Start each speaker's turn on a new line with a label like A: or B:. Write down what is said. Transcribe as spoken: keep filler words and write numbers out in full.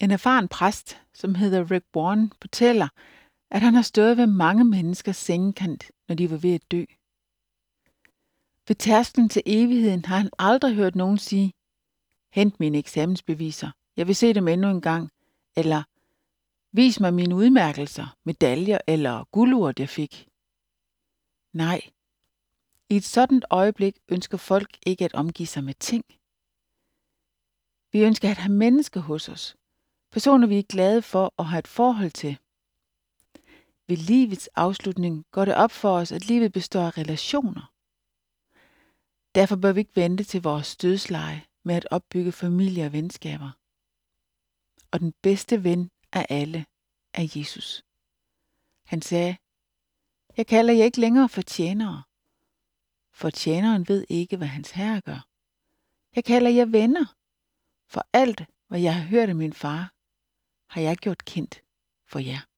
A: En erfaren præst, som hedder Rick Warren, fortæller, at han har stået ved mange menneskers sengekant, når de var ved at dø. Ved tærsklen til evigheden har han aldrig hørt nogen sige, hent mine eksamensbeviser, jeg vil se dem endnu en gang, eller vis mig mine udmærkelser, medaljer eller guldurt, jeg fik. Nej, i et sådant øjeblik ønsker folk ikke at omgive sig med ting. Vi ønsker at have mennesker hos os, personer vi er glade for at have et forhold til. Ved livets afslutning går det op for os, at livet består af relationer. Derfor bør vi ikke vente til vores dødsleje med at opbygge familie og venskaber. Og den bedste ven af alle er Jesus. Han sagde, jeg kalder jer ikke længere for tjenere, for tjeneren ved ikke, hvad hans herre gør. Jeg kalder jer venner, for alt, hvad jeg har hørt af min far, har jeg gjort kendt for jer.